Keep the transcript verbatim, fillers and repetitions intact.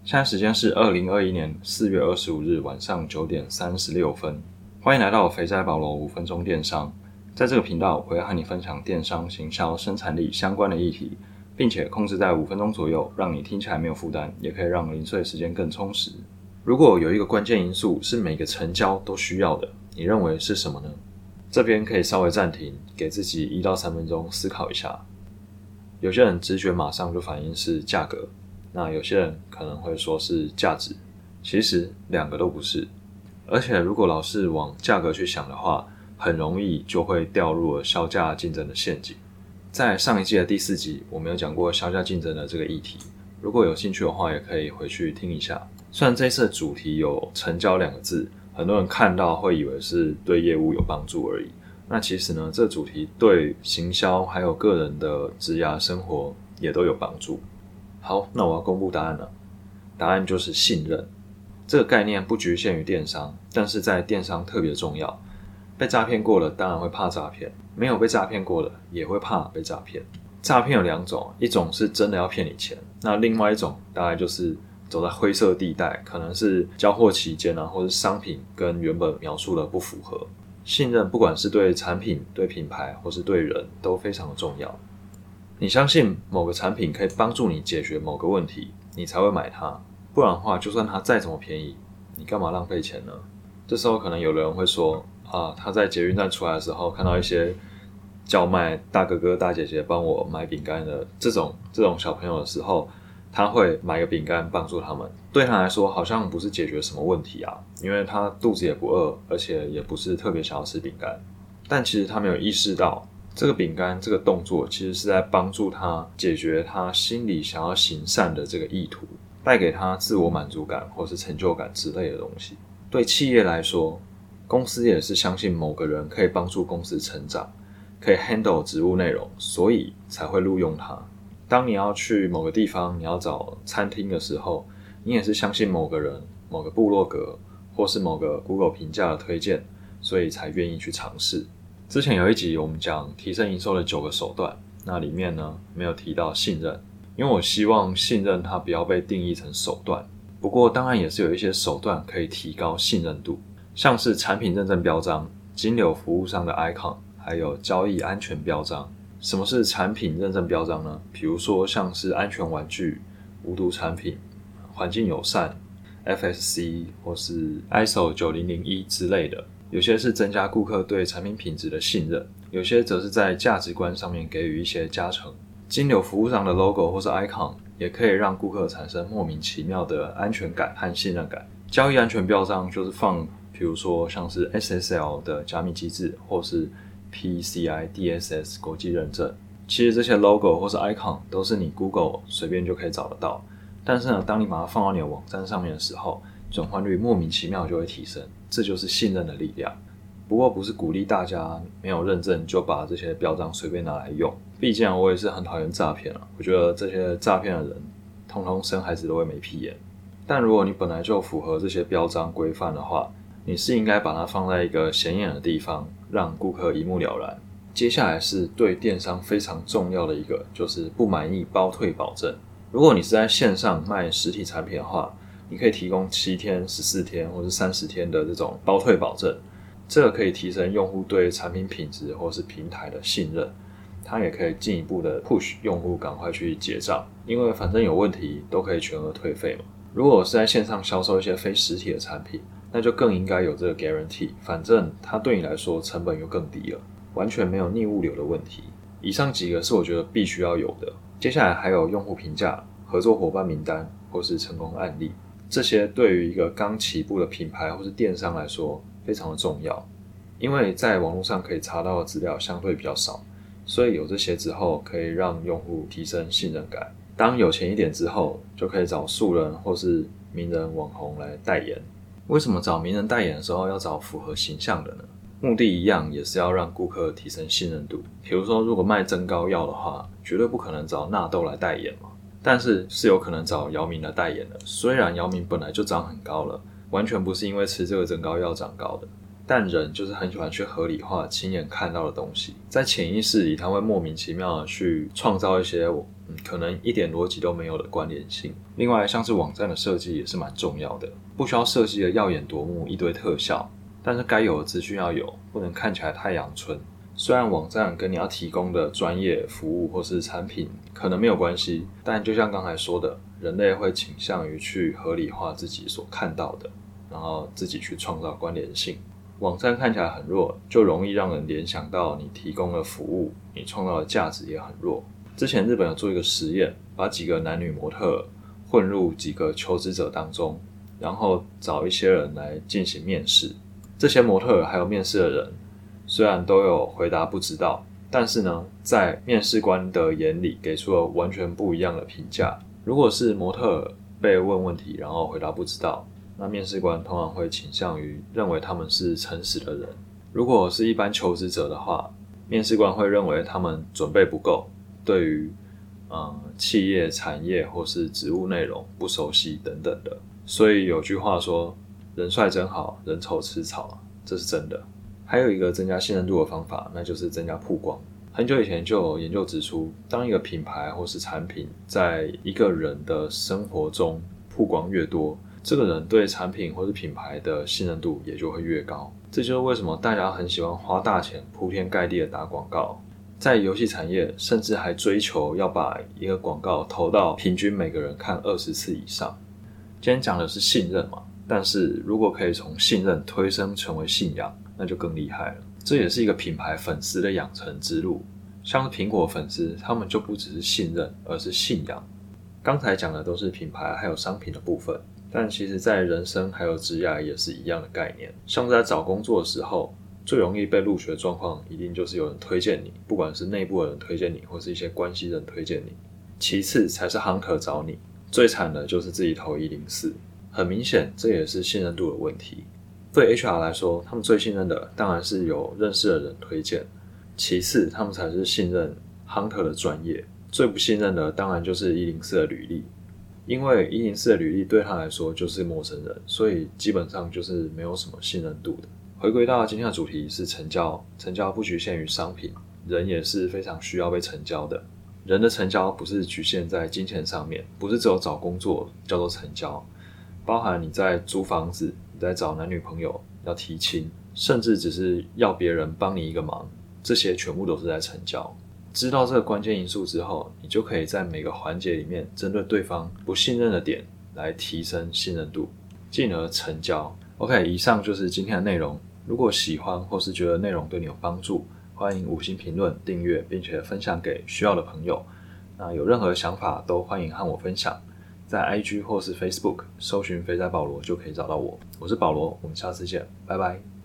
现在时间是二零二一年四月二十五日晚上九点三十六分，欢迎来到肥仔保罗五分钟电商。在这个频道，我会和你分享电商、行销、生产力相关的议题，并且控制在五分钟左右，让你听起来没有负担，也可以让零碎时间更充实。如果有一个关键因素是每个成交都需要的，你认为是什么呢？这边可以稍微暂停，给自己一到三分钟思考一下。有些人直觉马上就反应是价格，那有些人可能会说是价值，其实两个都不是。而且如果老是往价格去想的话，很容易就会掉入了销价竞争的陷阱。在上一季的第四集，我们有讲过销价竞争的这个议题，如果有兴趣的话，也可以回去听一下。虽然这一次的主题有成交两个字，很多人看到会以为是对业务有帮助而已。那其实呢，这主题对行销还有个人的职涯生活也都有帮助。好，那我要公布答案了。答案就是信任。这个概念不局限于电商，但是在电商特别重要。被诈骗过的当然会怕诈骗，没有被诈骗过的也会怕被诈骗。诈骗有两种，一种是真的要骗你钱，那另外一种大概就是走在灰色地带，可能是交货期间啊，或是商品跟原本描述的不符合。信任不管是对产品、对品牌或是对人都非常的重要。你相信某个产品可以帮助你解决某个问题，你才会买它，不然的话就算它再怎么便宜，你干嘛浪费钱呢？这时候可能有人会说啊，他在捷运站出来的时候看到一些叫卖大哥哥大姐姐帮我买饼干的这种这种小朋友的时候，他会买个饼干帮助他们，对他来说好像不是解决什么问题啊，因为他肚子也不饿，而且也不是特别想要吃饼干。但其实他没有意识到，这个饼干这个动作其实是在帮助他解决他心里想要行善的这个意图，带给他自我满足感或是成就感之类的东西。对企业来说，公司也是相信某个人可以帮助公司成长，可以 handle 职务内容，所以才会录用他。当你要去某个地方，你要找餐厅的时候，你也是相信某个人、某个部落格或是某个 Google 评价的推荐，所以才愿意去尝试。之前有一集我们讲提升营收的九个手段，那里面呢没有提到信任，因为我希望信任它不要被定义成手段。不过当然也是有一些手段可以提高信任度，像是产品认证标章、金流服务商的 icon， 还有交易安全标章。什么是产品认证标章呢？比如说像是安全玩具、无毒产品、环境友善、F S C 或是 I S O 九零零一之类的。有些是增加顾客对产品品质的信任，有些则是在价值观上面给予一些加成。金流服务商的 logo 或是 icon 也可以让顾客产生莫名其妙的安全感和信任感。交易安全标章就是放比如说像是 S S L 的加密机制，或是 P C I D S S 国际认证。其实这些 logo 或是 icon 都是你 Google 随便就可以找得到，但是呢，当你把它放到你的网站上面的时候，转换率莫名其妙就会提升，这就是信任的力量。不过不是鼓励大家没有认证就把这些标章随便拿来用，毕竟我也是很讨厌诈骗了，我觉得这些诈骗的人通通生孩子都会没屁眼。但如果你本来就符合这些标章规范的话，你是应该把它放在一个显眼的地方，让顾客一目了然。接下来是对电商非常重要的一个，就是不满意包退保证。如果你是在线上卖实体产品的话，你可以提供七天、十四天或是三十天的这种包退保证，这个可以提升用户对产品品质或是平台的信任，它也可以进一步的 push 用户赶快去结账，因为反正有问题都可以全额退费嘛。如果我是在线上销售一些非实体的产品，那就更应该有这个 guarantee， 反正它对你来说成本又更低了，完全没有逆物流的问题。以上几个是我觉得必须要有的，接下来还有用户评价、合作伙伴名单或是成功案例，这些对于一个刚起步的品牌或是电商来说非常的重要，因为在网络上可以查到的资料相对比较少，所以有这些之后可以让用户提升信任感。当有钱一点之后，就可以找素人或是名人网红来代言。为什么找名人代言的时候要找符合形象的呢？目的一样，也是要让顾客提升信任度。比如说如果卖增高药的话，绝对不可能找纳豆来代言嘛，但是是有可能找姚明来代言的。虽然姚明本来就长很高了，完全不是因为吃这个增高药长高的，但人就是很喜欢去合理化亲眼看到的东西，在潜意识里他会莫名其妙的去创造一些嗯，可能一点逻辑都没有的关联性。另外，像是网站的设计也是蛮重要的，不需要设计的耀眼夺目一堆特效，但是该有的资讯要有，不能看起来太阳春。虽然网站跟你要提供的专业服务或是产品可能没有关系，但就像刚才说的，人类会倾向于去合理化自己所看到的，然后自己去创造关联性。网站看起来很弱，就容易让人联想到你提供的服务，你创造的价值也很弱。之前日本有做一个实验，把几个男女模特混入几个求职者当中，然后找一些人来进行面试。这些模特还有面试的人虽然都有回答不知道，但是呢，在面试官的眼里给出了完全不一样的评价。如果是模特被问问题然后回答不知道，那面试官通常会倾向于认为他们是诚实的人。如果是一般求职者的话，面试官会认为他们准备不够，对于、呃、企业产业或是职务内容不熟悉等等的。所以有句话说，人帅真好，人丑吃草，这是真的。还有一个增加信任度的方法，那就是增加曝光。很久以前就有研究指出，当一个品牌或是产品在一个人的生活中曝光越多，这个人对产品或是品牌的信任度也就会越高。这就是为什么大家很喜欢花大钱铺天盖地的打广告，在游戏产业甚至还追求要把一个广告投到平均每个人看二十次以上。今天讲的是信任嘛，但是如果可以从信任推升成为信仰，那就更厉害了。这也是一个品牌粉丝的养成之路。像是苹果粉丝，他们就不只是信任，而是信仰。刚才讲的都是品牌还有商品的部分，但其实在人生还有职业也是一样的概念。像在找工作的时候，最容易被录取的状况一定就是有人推荐你，不管是内部的人推荐你，或是一些关系人推荐你。其次才是 hunter 找你，最惨的就是自己投一零四。很明显，这也是信任度的问题。对 H R 来说，他们最信任的当然是有认识的人推荐，其次他们才是信任 hunter 的专业，最不信任的当然就是一零四的履历。因为一零四的履历对他来说就是陌生人，所以基本上就是没有什么信任度的。回归到今天的主题是成交，成交不局限于商品，人也是非常需要被成交的。人的成交不是局限在金钱上面，不是只有找工作叫做成交，包含你在租房子，你在找男女朋友，要提亲，甚至只是要别人帮你一个忙，这些全部都是在成交。知道这个关键因素之后，你就可以在每个环节里面针对对方不信任的点来提升信任度，进而成交。 OK， 以上就是今天的内容。如果喜欢或是觉得内容对你有帮助，欢迎五星评论、订阅，并且分享给需要的朋友。那有任何想法都欢迎和我分享，在 I G 或是 Facebook 搜寻肥仔保罗就可以找到我。我是保罗，我们下次见，拜拜。